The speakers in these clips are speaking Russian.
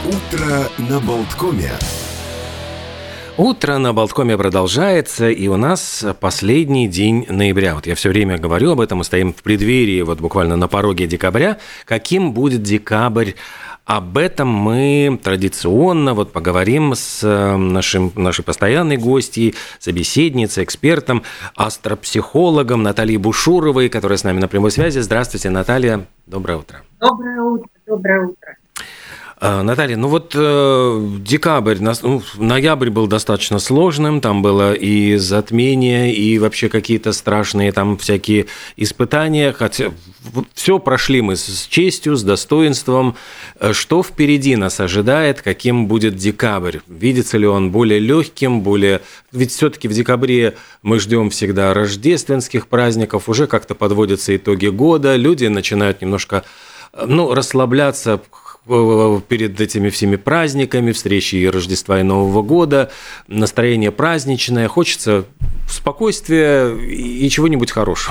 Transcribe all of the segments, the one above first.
Утро на Болткоме. Утро на Болткоме продолжается, и у нас последний день ноября. Вот я все время говорю об этом, мы стоим в преддверии, вот буквально на пороге декабря. Каким будет декабрь? Об этом мы традиционно вот поговорим с нашей постоянной гостьей, собеседницей, экспертом, астропсихологом Натальей Бушуровой, которая с нами на прямой связи. Здравствуйте, Наталья. Доброе утро. Доброе утро. Доброе утро. Наталья, декабрь, ноябрь был достаточно сложным, там было и затмение, и вообще какие-то страшные там всякие испытания, хотя все прошли мы с честью, с достоинством. Что впереди нас ожидает, каким будет декабрь? Видится ли он более легким, Ведь все-таки в декабре мы ждем всегда рождественских праздников, уже как-то подводятся итоги года, люди начинают немножко расслабляться перед этими всеми праздниками, встречи и Рождества, и Нового года, настроение праздничное, хочется спокойствия и чего-нибудь хорошего.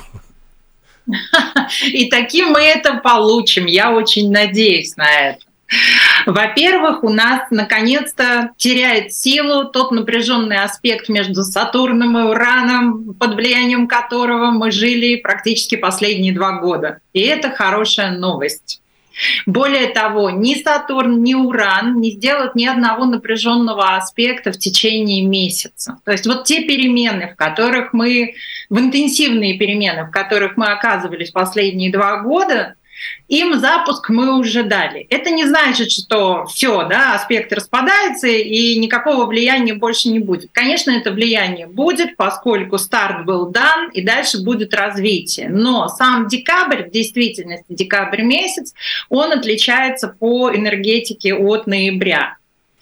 И таким мы это получим, я очень надеюсь на это. Во-первых, у нас наконец-то теряет силу тот напряженный аспект между Сатурном и Ураном, под влиянием которого мы жили практически последние 2 года. И это хорошая новость. Более того, ни Сатурн, ни Уран не сделают ни одного напряженного аспекта в течение месяца. То есть вот те перемены, интенсивные перемены, в которых мы оказывались последние 2 года, им запуск мы уже дали. Это не значит, что все, аспект распадается и никакого влияния больше не будет. Конечно, это влияние будет, поскольку старт был дан, и дальше будет развитие. Но сам декабрь, в действительности декабрь месяц, он отличается по энергетике от ноября.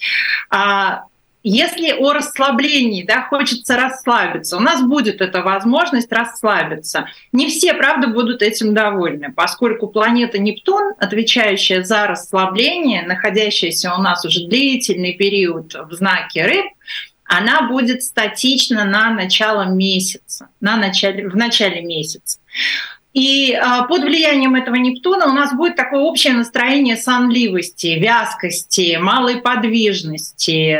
Если о расслаблении, хочется расслабиться, у нас будет эта возможность расслабиться. Не все, правда, будут этим довольны, поскольку планета Нептун, отвечающая за расслабление, находящаяся у нас уже длительный период в знаке Рыб, она будет статична в начале месяца. И под влиянием этого Нептуна у нас будет такое общее настроение сонливости, вязкости, малой подвижности.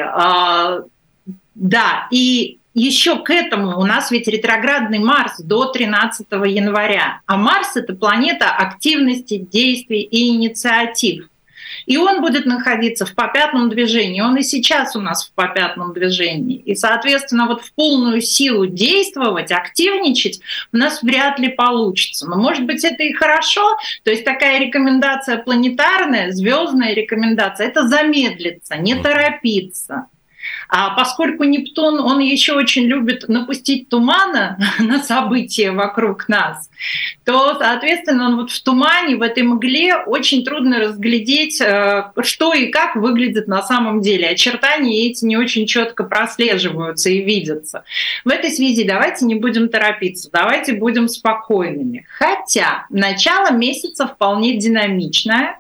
И еще к этому у нас ведь ретроградный Марс до 13 января. А Марс — это планета активности, действий и инициатив. И он будет находиться в попятном движении. Он и сейчас у нас в попятном движении. И, соответственно, в полную силу действовать, активничать у нас вряд ли получится. Но, может быть, это и хорошо. То есть такая рекомендация планетарная, звездная рекомендация — это замедлиться, не торопиться. А поскольку Нептун, он еще очень любит напустить тумана на события вокруг нас, то, соответственно, он в тумане, в этой мгле очень трудно разглядеть, что и как выглядит на самом деле. Очертания эти не очень четко прослеживаются и видятся. В этой связи давайте не будем торопиться, давайте будем спокойными. Хотя начало месяца вполне динамичное.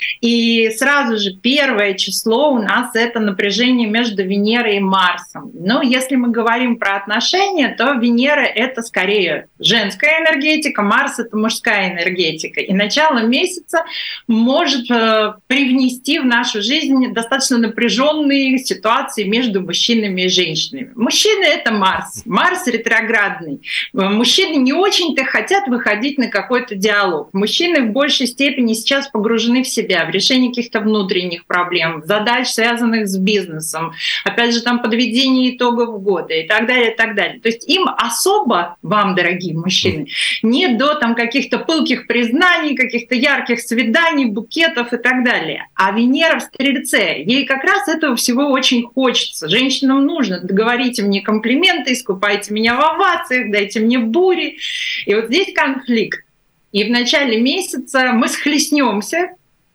И сразу же 1 число у нас — это напряжение между Венерой и Марсом. Но если мы говорим про отношения, то Венера — это скорее женская энергетика, Марс — это мужская энергетика. И начало месяца может привнести в нашу жизнь достаточно напряженные ситуации между мужчинами и женщинами. Мужчины — это Марс, Марс ретроградный. Мужчины не очень-то хотят выходить на какой-то диалог. Мужчины в большей степени сейчас погружены в себя, в решение каких-то внутренних проблем, задач, связанных с бизнесом, опять же, подведение итогов года и так далее, и так далее. То есть им особо, вам, дорогие мужчины, не до каких-то пылких признаний, каких-то ярких свиданий, букетов и так далее. А Венера в Стрельце, ей как раз этого всего очень хочется. Женщинам нужно: говорите мне комплименты, искупайте меня в овациях, дайте мне бури. И вот здесь конфликт. И в начале месяца мы схлестнемся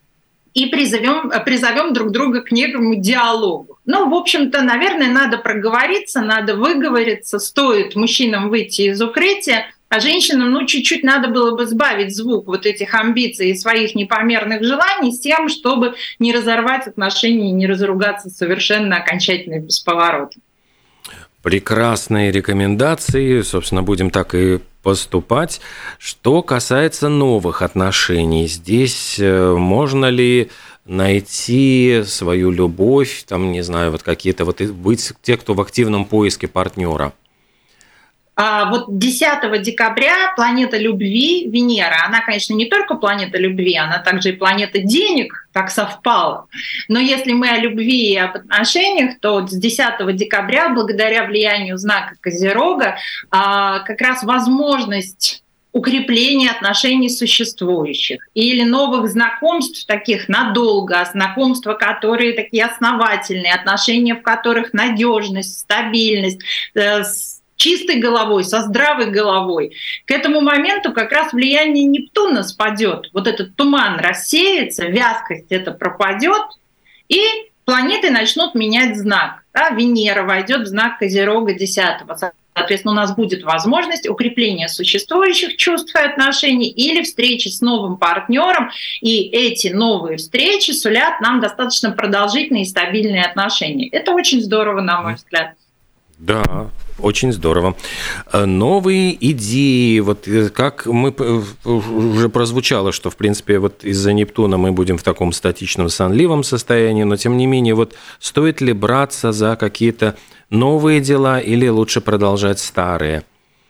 и призовем друг друга к некому диалогу. В общем-то, наверное, надо проговориться, надо выговориться, стоит мужчинам выйти из укрытия, а женщинам, чуть-чуть надо было бы сбавить звук этих амбиций и своих непомерных желаний с тем, чтобы не разорвать отношения и не разругаться совершенно окончательно и бесповоротно. Прекрасные рекомендации, собственно, будем так и поступать. Что касается новых отношений, здесь можно ли найти свою любовь, там, не знаю, вот какие-то, вот быть те, кто в активном поиске партнера? Вот 10 декабря планета любви, Венера, она, конечно, не только планета любви, она также и планета денег, так совпало. Но если мы о любви и об отношениях, то с 10 декабря, благодаря влиянию знака Козерога, как раз возможность укрепления отношений существующих или новых знакомств таких надолго, знакомства, которые такие основательные, отношения, в которых надежность, стабильность, чистой головой, со здравой головой. К этому моменту как раз влияние Нептуна спадет, вот этот туман рассеется, вязкость это пропадет, и планеты начнут менять знак. Да? Венера войдет в знак Козерога 10-го. Соответственно, у нас будет возможность укрепления существующих чувств и отношений или встречи с новым партнером, и эти новые встречи сулят нам достаточно продолжительные и стабильные отношения. Это очень здорово, на мой взгляд. Да, очень здорово. Новые идеи, вот как мы уже прозвучало, что, в принципе, вот из-за Нептуна мы будем в таком статичном, сонливом состоянии, но, тем не менее, вот стоит ли браться за какие-то новые дела или лучше продолжать старые?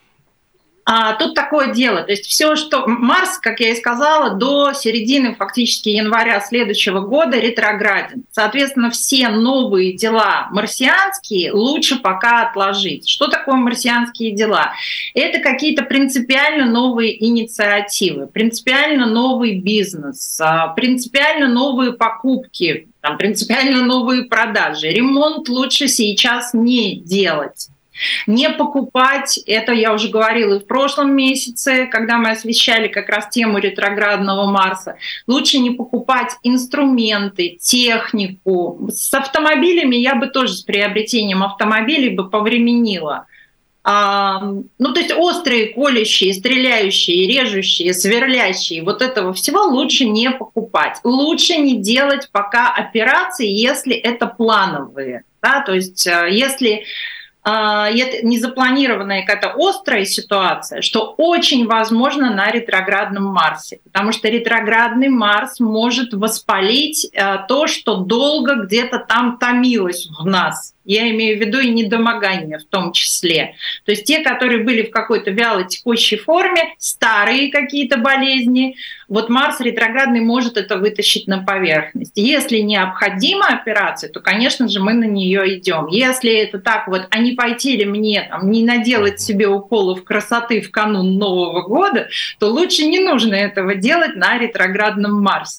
Тут такое дело, то есть все, что Марс, как я и сказала, до середины фактически января следующего года ретрограден. Соответственно, все новые дела марсианские лучше пока отложить. Что такое марсианские дела? Это какие-то принципиально новые инициативы, принципиально новый бизнес, принципиально новые покупки, принципиально новые продажи. Ремонт лучше сейчас не делать. Не покупать, это я уже говорила и в прошлом месяце, когда мы освещали как раз тему ретроградного Марса, лучше не покупать инструменты, технику. С автомобилями я бы тоже с приобретением автомобилей бы повременила. То есть острые, колющие, стреляющие, режущие, сверлящие, вот этого всего лучше не покупать. Лучше не делать пока операции, если это плановые. Да? То есть если это незапланированная какая-то острая ситуация, что очень возможно на ретроградном Марсе, потому что ретроградный Марс может воспалить то, что долго где-то там томилось в нас. Я имею в виду и недомогание в том числе. То есть те, которые были в какой-то вяло текущей форме, старые какие-то болезни, вот Марс ретроградный может это вытащить на поверхность. Если необходима операция, то, конечно же, мы на нее идем. Если это так вот, а не пойти ли мне не наделать себе уколов красоты в канун Нового года, то лучше не нужно этого делать на ретроградном Марсе.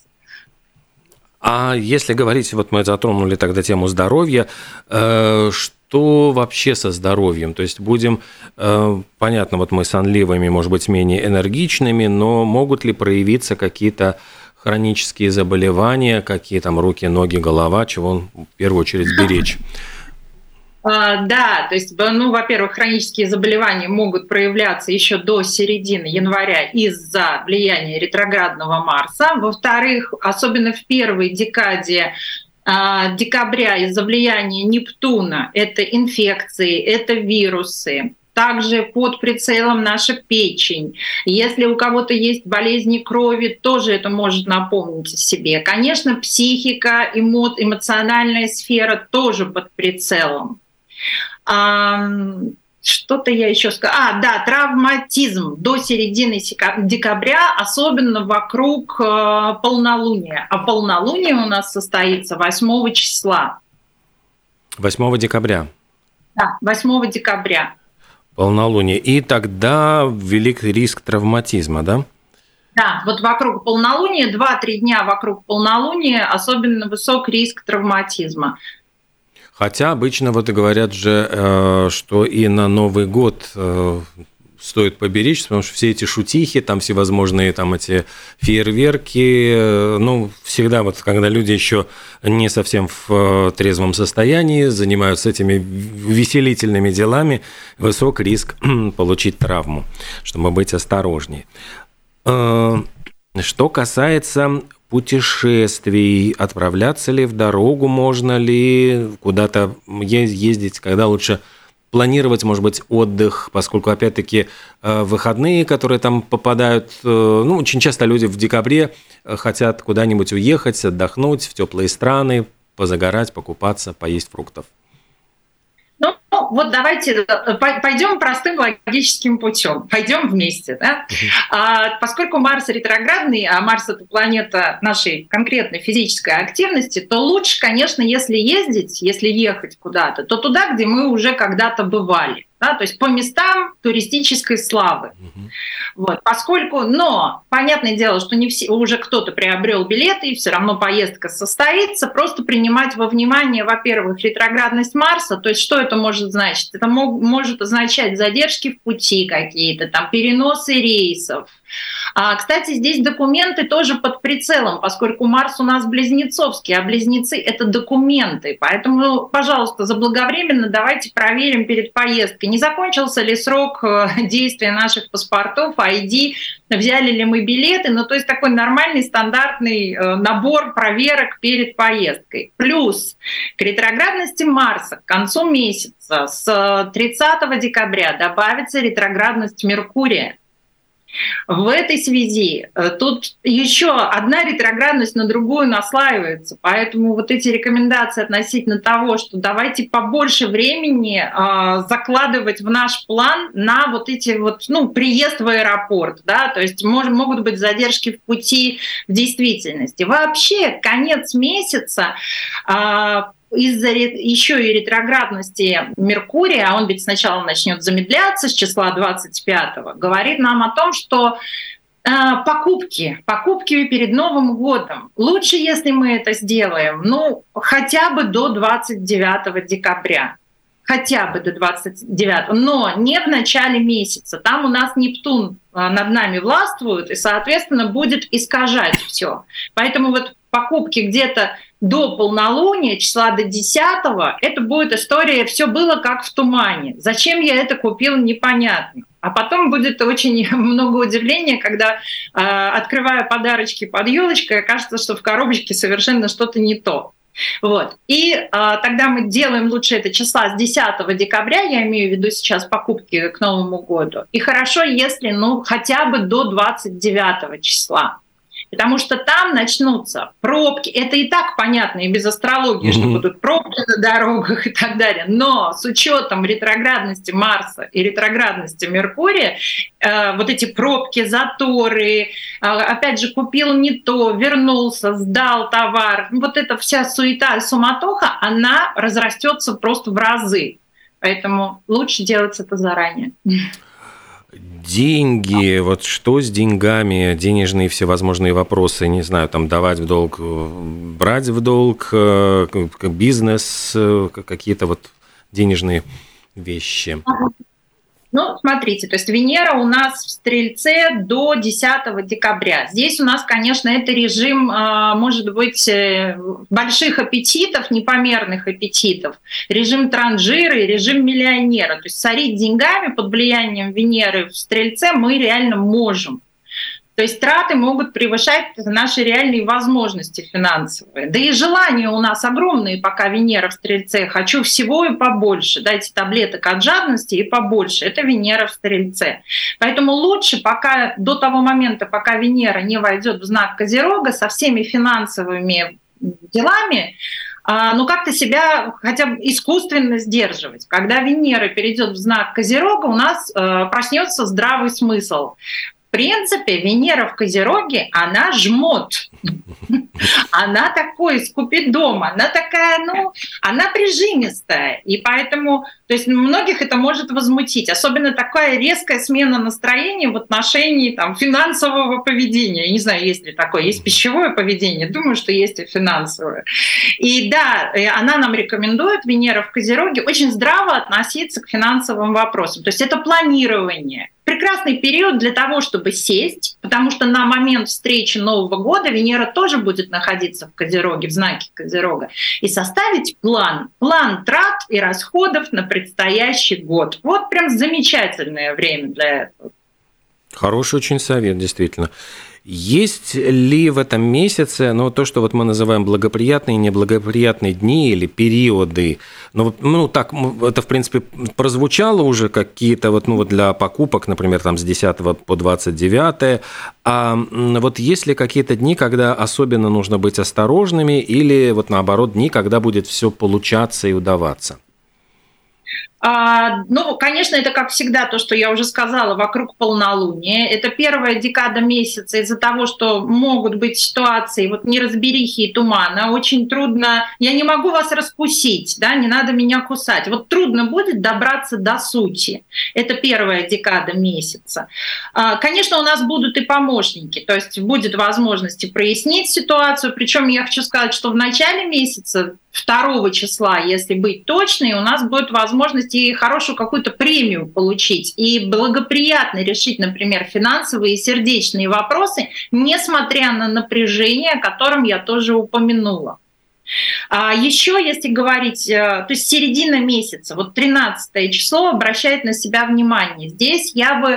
А если говорить, вот мы затронули тогда тему здоровья, что вообще со здоровьем? То есть будем, понятно, вот мы сонливыми, может быть, менее энергичными, но могут ли проявиться какие-то хронические заболевания, какие там руки, ноги, голова, чего в первую очередь беречь? Да, то есть, во-первых, хронические заболевания могут проявляться еще до середины января из-за влияния ретроградного Марса. Во-вторых, особенно в первой декаде декабря из-за влияния Нептуна это инфекции, это вирусы. Также под прицелом наша печень. Если у кого-то есть болезни крови, тоже это может напомнить о себе. Конечно, психика, эмоциональная сфера тоже под прицелом. Что-то я еще сказала. Травматизм до середины декабря, особенно вокруг полнолуния. А полнолуние у нас состоится 8 числа. 8 декабря? Да, 8 декабря. Полнолуние. И тогда велик риск травматизма, да? Да, вот вокруг полнолуния, 2-3 дня вокруг полнолуния особенно высок риск травматизма. Хотя обычно вот и говорят же, что и на Новый год стоит поберечься, потому что все эти шутихи, там всевозможные там эти фейерверки, всегда вот когда люди еще не совсем в трезвом состоянии, занимаются этими веселительными делами, высок риск получить травму, чтобы быть осторожнее. Что касается путешествий, отправляться ли в дорогу можно ли, куда-то ездить, когда лучше планировать, может быть, отдых, поскольку, опять-таки, выходные, которые там попадают, ну, очень часто люди в декабре хотят куда-нибудь уехать, отдохнуть в теплые страны, позагорать, покупаться, поесть фруктов. Ну, вот давайте пойдем простым логическим путем, пойдем вместе. Да? Поскольку Марс ретроградный, а Марс — это планета нашей конкретной физической активности, то лучше, конечно, если ехать куда-то, то туда, где мы уже когда-то бывали. Да, то есть по местам туристической славы. Вот, но понятное дело, что не все, уже кто-то приобрел билеты, и все равно поездка состоится. Просто принимать во внимание, во-первых, ретроградность Марса, то есть что это может значить? Это может означать задержки в пути какие-то, там, переносы рейсов. Кстати, здесь документы тоже под прицелом, поскольку Марс у нас близнецовский, а близнецы — это документы. Поэтому, пожалуйста, заблаговременно давайте проверим перед поездкой, не закончился ли срок действия наших паспортов, ID, взяли ли мы билеты. Ну, то есть такой нормальный стандартный набор проверок перед поездкой. Плюс к ретроградности Марса к концу месяца с 30 декабря добавится ретроградность Меркурия. В этой связи тут еще одна ретроградность на другую наслаивается, поэтому вот эти рекомендации относительно того, что давайте побольше времени закладывать в наш план на вот эти вот, приезд в аэропорт, да, то есть могут быть задержки в пути в действительности. Вообще конец месяца из-за еще и ретроградности Меркурия, а он ведь сначала начнет замедляться с числа 25-го, говорит нам о том, что покупки перед Новым годом. Лучше, если мы это сделаем, хотя бы до 29 декабря. Хотя бы до 29, но не в начале месяца. Там у нас Нептун над нами властвует и, соответственно, будет искажать все. Поэтому вот покупки где-то до полнолуния, числа до 10-го, это будет история «все было как в тумане». Зачем я это купил, непонятно. А потом будет очень много удивления, когда, открывая подарочки под елочкой, окажется, что в коробочке совершенно что-то не то. Вот. И тогда мы делаем лучше это числа с 10 декабря, я имею в виду сейчас покупки к Новому году. И хорошо, если хотя бы до 29 числа. Потому что там начнутся пробки. Это и так понятно, и без астрологии, что будут пробки на дорогах и так далее. Но с учетом ретроградности Марса и ретроградности Меркурия, вот эти пробки, заторы, опять же, купил не то, вернулся, сдал товар. Вот эта вся суета, суматоха, она разрастется просто в разы. Поэтому лучше делать это заранее. Деньги, вот что с деньгами, денежные всевозможные вопросы, не знаю, там давать в долг, брать в долг, бизнес, какие-то вот денежные вещи. Смотрите, то есть Венера у нас в Стрельце до 10 декабря. Здесь у нас, конечно, это режим, может быть, больших аппетитов, непомерных аппетитов, режим транжира и режим миллионера. То есть сорить деньгами под влиянием Венеры в Стрельце мы реально можем. То есть траты могут превышать наши реальные возможности финансовые. Да и желания у нас огромные, пока Венера в Стрельце. Хочу всего и побольше. Дайте таблеток от жадности и побольше. Это Венера в Стрельце. Поэтому лучше до того момента, пока Венера не войдет в знак Козерога, со всеми финансовыми делами, как-то себя хотя бы искусственно сдерживать. Когда Венера перейдет в знак Козерога, у нас проснется здравый смысл. В принципе, Венера в Козероге, она жмот. Она такой скупидом, она такая, она прижимистая. И поэтому, то есть многих это может возмутить. Особенно такая резкая смена настроения в отношении финансового поведения. Я не знаю, есть ли такое. Есть пищевое поведение, думаю, что есть и финансовое. И да, она нам рекомендует, Венера в Козероге, очень здраво относиться к финансовым вопросам. То есть это планирование. Прекрасный период для того, чтобы сесть, потому что на момент встречи Нового года Венера тоже будет находиться в Козероге, в знаке Козерога, и составить план трат и расходов на предстоящий год. Вот прям замечательное время для этого. Хороший очень совет, действительно. Есть ли в этом месяце, то, что вот мы называем благоприятные и неблагоприятные дни или периоды, так, это, в принципе, прозвучало уже какие-то для покупок, например, там с 10 по 29, а вот есть ли какие-то дни, когда особенно нужно быть осторожными, или наоборот дни, когда будет все получаться и удаваться? Конечно, это, как всегда, то, что я уже сказала, вокруг полнолуния. Это первая декада месяца из-за того, что могут быть ситуации неразберихи и тумана. Очень трудно, я не могу вас раскусить, да, не надо меня кусать. Трудно будет добраться до сути. Это первая декада месяца. Конечно, у нас будут и помощники, то есть будет возможность прояснить ситуацию. Причем я хочу сказать, что в начале месяца, 2 числа, если быть точной, у нас будет возможность и хорошую какую-то премию получить, и благоприятно решить, например, финансовые и сердечные вопросы, несмотря на напряжение, о котором я тоже упомянула. Еще, если говорить, то есть середина месяца, 13 число обращает на себя внимание. Здесь я бы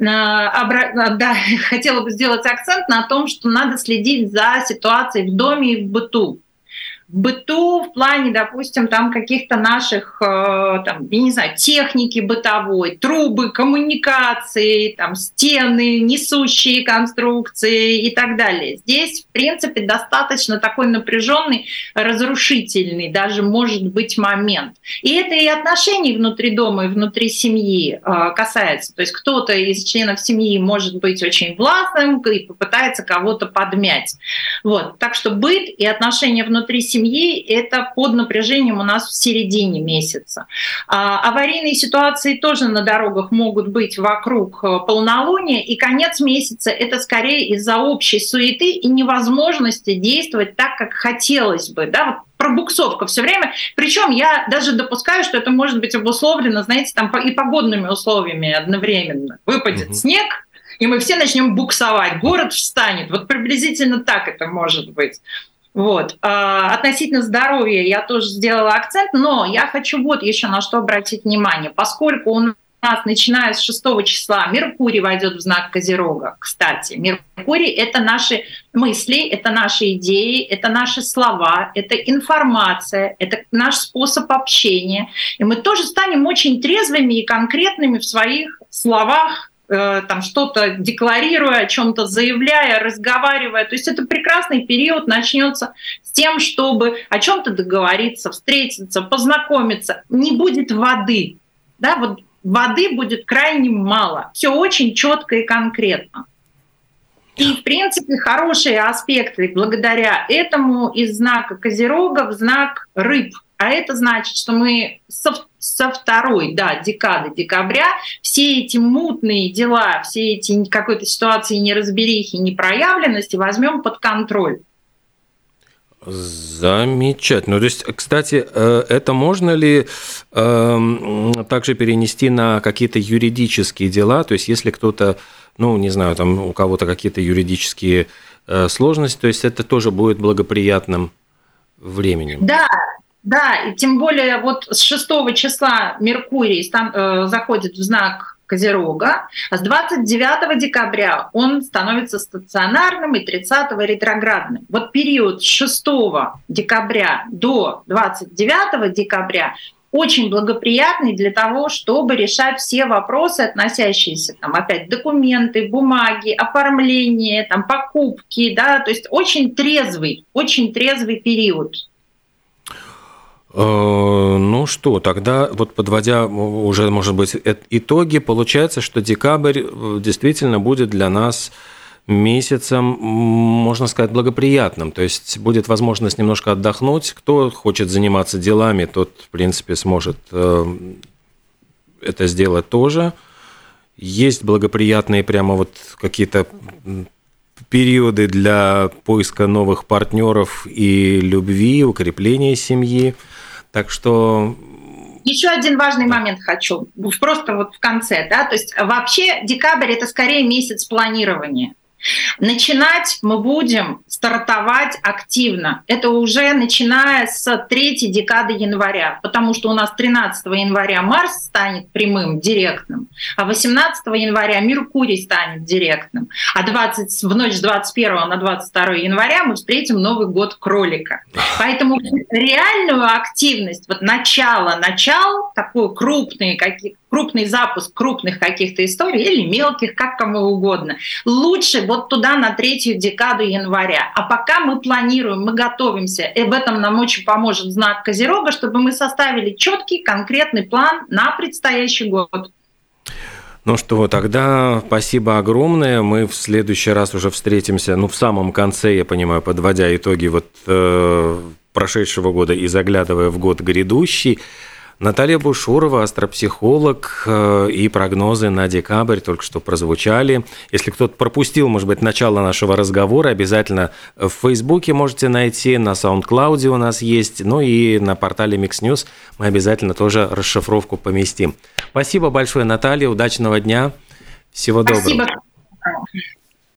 хотела бы сделать акцент на том, что надо следить за ситуацией в доме и в быту. В быту в плане, допустим, там каких-то наших, я не знаю, техники бытовой, трубы, коммуникации, там стены, несущие конструкции и так далее. Здесь, в принципе, достаточно такой напряженный, разрушительный даже может быть момент. И это и отношений внутри дома и внутри семьи касается. То есть кто-то из членов семьи может быть очень властным и попытается кого-то подмять. Так что быт и отношения внутри семьи — это под напряжением у нас в середине месяца. Аварийные ситуации тоже на дорогах могут быть вокруг полнолуния, и конец месяца — это скорее из-за общей суеты и невозможности действовать так, как хотелось бы. Да? Пробуксовка все время. Причем я даже допускаю, что это может быть обусловлено, знаете, там и погодными условиями одновременно. Выпадет снег, и мы все начнем буксовать, город встанет. Приблизительно так это может быть. Относительно здоровья я тоже сделала акцент, но я хочу еще на что обратить внимание. Поскольку у нас, начиная с 6 числа, Меркурий войдет в знак Козерога. Кстати, Меркурий — это наши мысли, это наши идеи, это наши слова, это информация, это наш способ общения. И мы тоже станем очень трезвыми и конкретными в своих словах, что-то декларируя, о чем-то заявляя, разговаривая. То есть это прекрасный период начнется с тем, чтобы о чем-то договориться, встретиться, познакомиться. Не будет воды. Да? Воды будет крайне мало. Все очень четко и конкретно. И, в принципе, хорошие аспекты благодаря этому из знака Козерога в знак Рыб. А это значит, что мы со второй декады декабря все эти мутные дела, все эти какой-то ситуации неразберихи, непроявленности возьмем под контроль. Замечательно. То есть, кстати, это можно ли также перенести на какие-то юридические дела? То есть, если кто-то, не знаю, там у кого-то какие-то юридические сложности, то есть это тоже будет благоприятным временем? Да, и тем более с 6 числа Меркурий заходит в знак Козерога, а с 29 декабря он становится стационарным и 30-го ретроградным. Период с 6 декабря до 29 декабря очень благоприятный для того, чтобы решать все вопросы, относящиеся, опять, документы, бумаги, оформление, покупки, да, то есть очень трезвый период. Тогда подводя уже, может быть, итоги, получается, что декабрь действительно будет для нас месяцем, можно сказать, благоприятным. То есть будет возможность немножко отдохнуть. Кто хочет заниматься делами, тот, в принципе, сможет это сделать тоже. Есть благоприятные прямо какие-то периоды для поиска новых партнеров и любви, укрепления семьи. Так что... Еще один важный момент хочу, просто в конце. Да? То есть вообще декабрь — это скорее месяц планирования. Начинать мы будем стартовать активно. Это уже начиная с 3-й декады января, потому что у нас 13 января Марс станет прямым, директным, а 18 января Меркурий станет директным, а в ночь с 21 на 22 января мы встретим Новый год кролика. Поэтому реальную активность, вот начало, такой крупный запуск крупных каких-то историй или мелких, как кому угодно, лучше вот туда на 3-ю декаду января. А пока мы планируем, мы готовимся, и в этом нам очень поможет знак Козерога, чтобы мы составили четкий, конкретный план на предстоящий год. Ну что, тогда спасибо огромное. Мы в следующий раз уже встретимся, в самом конце, я понимаю, подводя итоги прошедшего года и заглядывая в год грядущий. Наталья Бушурова, астропсихолог, и прогнозы на декабрь только что прозвучали. Если кто-то пропустил, может быть, начало нашего разговора, обязательно в Фейсбуке можете найти, на SoundCloud у нас есть, и на портале Mix News мы обязательно тоже расшифровку поместим. Спасибо большое, Наталья, удачного дня, всего доброго. Спасибо.